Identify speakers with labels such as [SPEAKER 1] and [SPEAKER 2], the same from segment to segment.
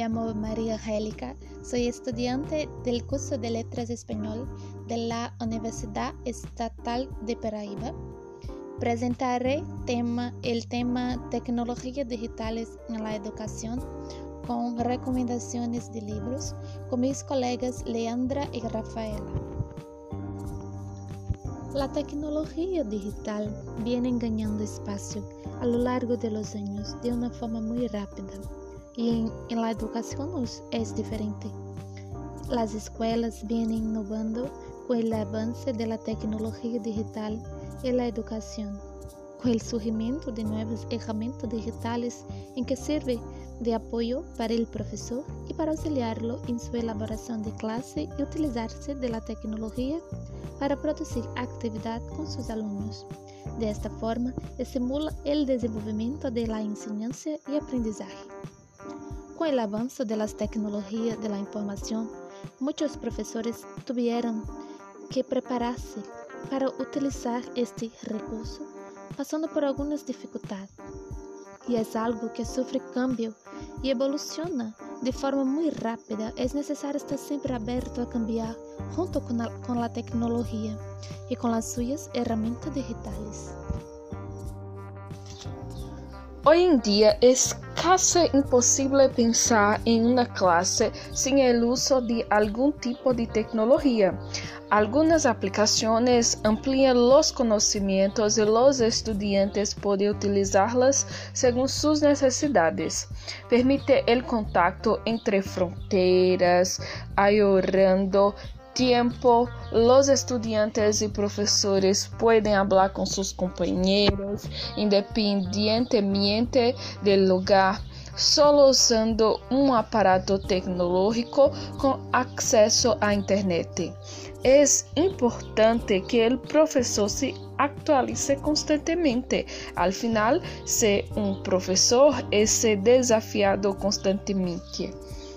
[SPEAKER 1] llamo María Angélica, soy estudiante del curso de Letras Español de la Universidad Estatal de Paraíba. Presentaré el tema Tecnologías digitales en la educación con recomendaciones de libros con mis colegas Leandra y Rafaela. La tecnología digital viene ganando espacio a lo largo de los años de una forma muy rápida y en la educación es diferente. Las escuelas vienen innovando con el avance de la tecnología digital en la educación, con el surgimiento de nuevas herramientas digitales en que sirve de apoyo para el profesor y para auxiliarlo en su elaboración de clase y utilizarse de la tecnología para producir actividad con sus alumnos. De esta forma, estimula el desenvolvimiento de la enseñanza y aprendizaje. Con el avance de las tecnologías de la información, muchos profesores tuvieron que prepararse para utilizar este recurso, pasando por algunas dificultades. Y es algo que sufre cambio y evoluciona de forma muy rápida. Es necesario estar siempre abierto a cambiar junto con la tecnología y con las suyas herramientas digitales.
[SPEAKER 2] Hoy en día es casi imposible pensar en una clase sin el uso de algún tipo de tecnología. Algunas aplicaciones amplían los conocimientos y los estudiantes pueden utilizarlas según sus necesidades. Permite el contacto entre fronteras, ahorrando tiempo. Los estudiantes y profesores pueden hablar con sus compañeros independientemente del lugar, solo usando un aparato tecnológico con acceso a Internet. Es importante que el profesor se actualice constantemente. Al final, ser un profesor es ser desafiado constantemente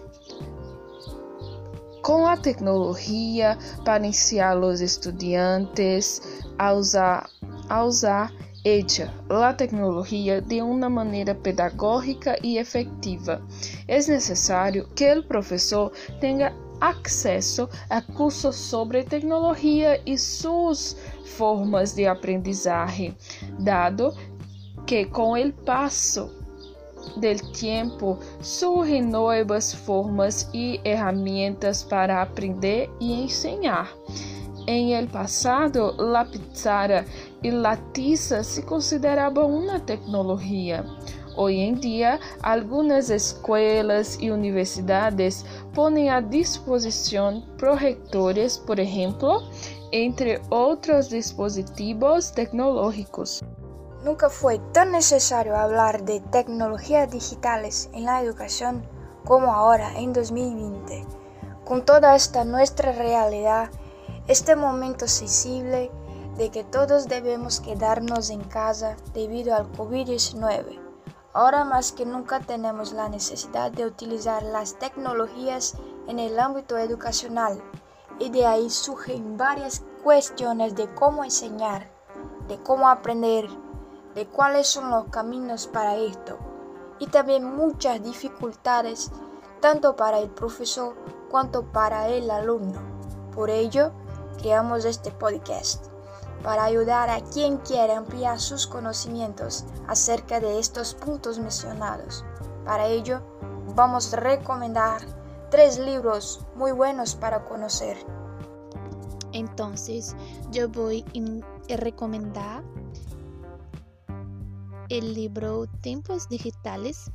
[SPEAKER 2] con la tecnología para iniciar a los estudiantes a usar ella, la tecnología de una manera pedagógica y efectiva. Es necesario que el profesor tenga acceso a cursos sobre tecnología y sus formas de aprendizaje, dado que con el paso del tiempo surgen nuevas formas y herramientas para aprender y enseñar. En el pasado, la pizarra y la tiza se consideraban una tecnología. Hoy en día, algunas escuelas y universidades ponen a disposición proyectores, por ejemplo, entre otros dispositivos tecnológicos.
[SPEAKER 3] Nunca fue tan necesario hablar de tecnologías digitales en la educación como ahora en 2020. Con toda esta nuestra realidad, este momento sensible de que todos debemos quedarnos en casa debido al COVID-19. Ahora más que nunca tenemos la necesidad de utilizar las tecnologías en el ámbito educacional y de ahí surgen varias cuestiones de cómo enseñar, de cómo aprender, de cuáles son los caminos para esto y también muchas dificultades tanto para el profesor cuanto para el alumno. Por ello, creamos este podcast para ayudar a quien quiera ampliar sus conocimientos acerca de estos puntos mencionados. Para ello, vamos a recomendar 3 libros muy buenos para conocer.
[SPEAKER 1] Entonces, yo voy a recomendar el libro Tiempos Digitales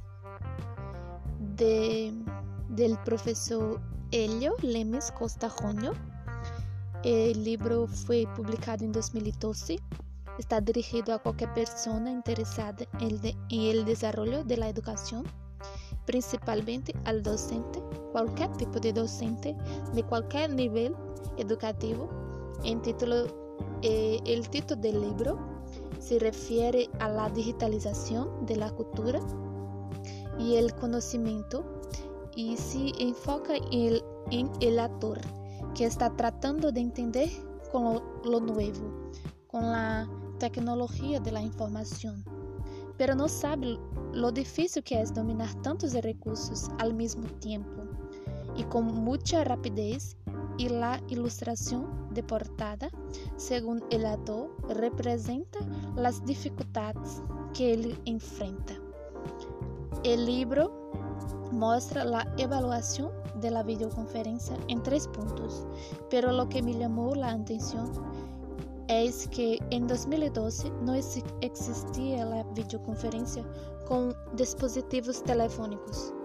[SPEAKER 1] del profesor Hélio Lemes Costa Júnior. El libro fue publicado en 2012. Está dirigido a cualquier persona interesada en el desarrollo de la educación, principalmente al docente, cualquier tipo de docente de cualquier nivel educativo. El título del libro se refiere a la digitalización de la cultura y el conocimiento y se enfoca en el autor que está tratando de entender con lo nuevo, con la tecnología de la información, pero no sabe lo difícil que es dominar tantos recursos al mismo tiempo y con mucha rapidez, y la ilustración de portada, según el autor, representa las dificultades que él enfrenta. El libro muestra la evaluación de la videoconferencia en 3 puntos, pero lo que me llamó la atención es que en 2012 no existía la videoconferencia con dispositivos telefónicos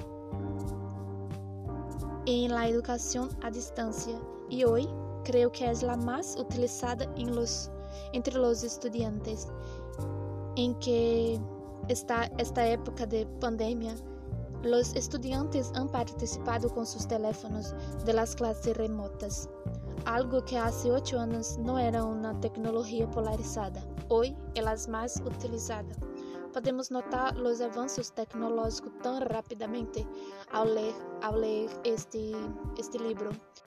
[SPEAKER 1] en la educación a distancia, y hoy creo que es la más utilizada entre los estudiantes, en que esta época de pandemia, los estudiantes han participado con sus teléfonos de las clases remotas, algo que hace 8 años no era una tecnología polarizada. Hoy es la más utilizada. Podemos notar los avances tecnológicos tan rápidamente al leer este libro.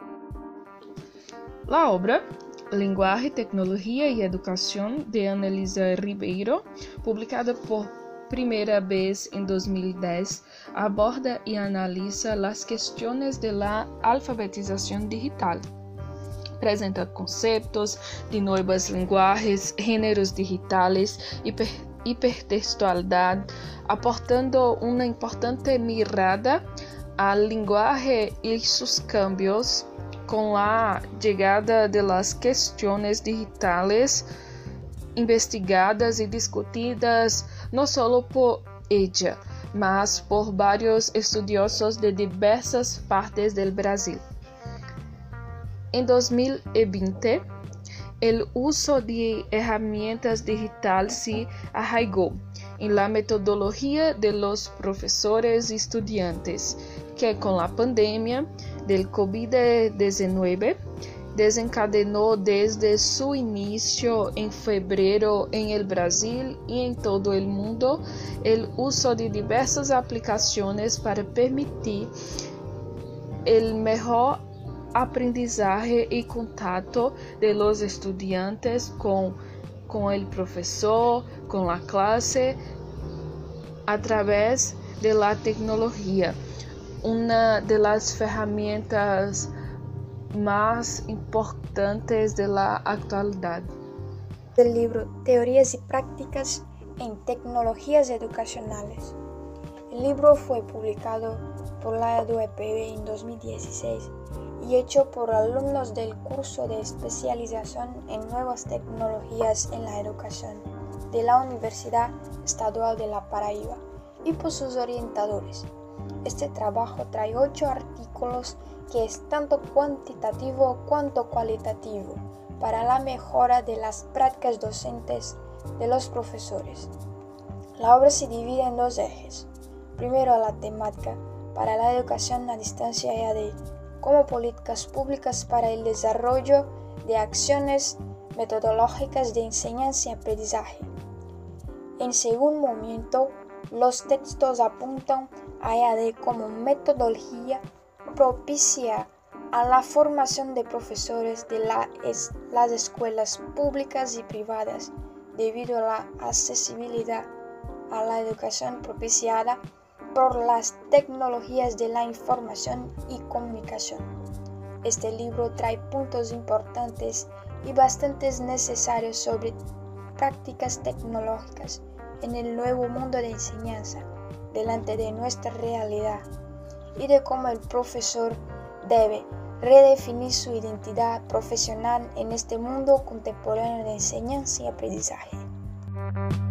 [SPEAKER 2] La obra Lenguaje, Tecnología y Educación de Annelisa Ribeiro, publicada por primera vez en 2010, aborda y analiza las cuestiones de la alfabetización digital. Presenta conceptos de nuevos lenguajes, géneros digitales, hipertextualidad, aportando una importante mirada al lenguaje y sus cambios con la llegada de las cuestiones digitales investigadas y discutidas no solo por ella, mas por varios estudiosos de diversas partes del Brasil. En 2020, el uso de herramientas digitales se arraigó en la metodología de los profesores y estudiantes, que con la pandemia del COVID-19 desencadenó desde su inicio en febrero en el Brasil y en todo el mundo el uso de diversas aplicaciones para permitir el mejor aprendizaje y contacto de los estudiantes con el profesor, con la clase, a través de la tecnología, una de las herramientas más importantes de la actualidad.
[SPEAKER 3] Del libro Teorías y Prácticas en Tecnologías Educacionales. El libro fue publicado por la UEPB en 2016 y hecho por alumnos del curso de especialización en nuevas tecnologías en la educación de la Universidad Estadual de La Paraíba y por sus orientadores. Este trabajo trae 8 artículos que es tanto cuantitativo cuanto cualitativo para la mejora de las prácticas docentes de los profesores. La obra se divide en 2 ejes. Primero, la temática para la educación a distancia EAD, como políticas públicas para el desarrollo de acciones metodológicas de enseñanza y aprendizaje. En segundo momento, los textos apuntan a EAD como metodología propicia a la formación de profesores de las escuelas públicas y privadas debido a la accesibilidad a la educación propiciada por las tecnologías de la información y comunicación. Este libro trae puntos importantes y bastante necesarios sobre prácticas tecnológicas en el nuevo mundo de enseñanza delante de nuestra realidad y de cómo el profesor debe redefinir su identidad profesional en este mundo contemporáneo de enseñanza y aprendizaje.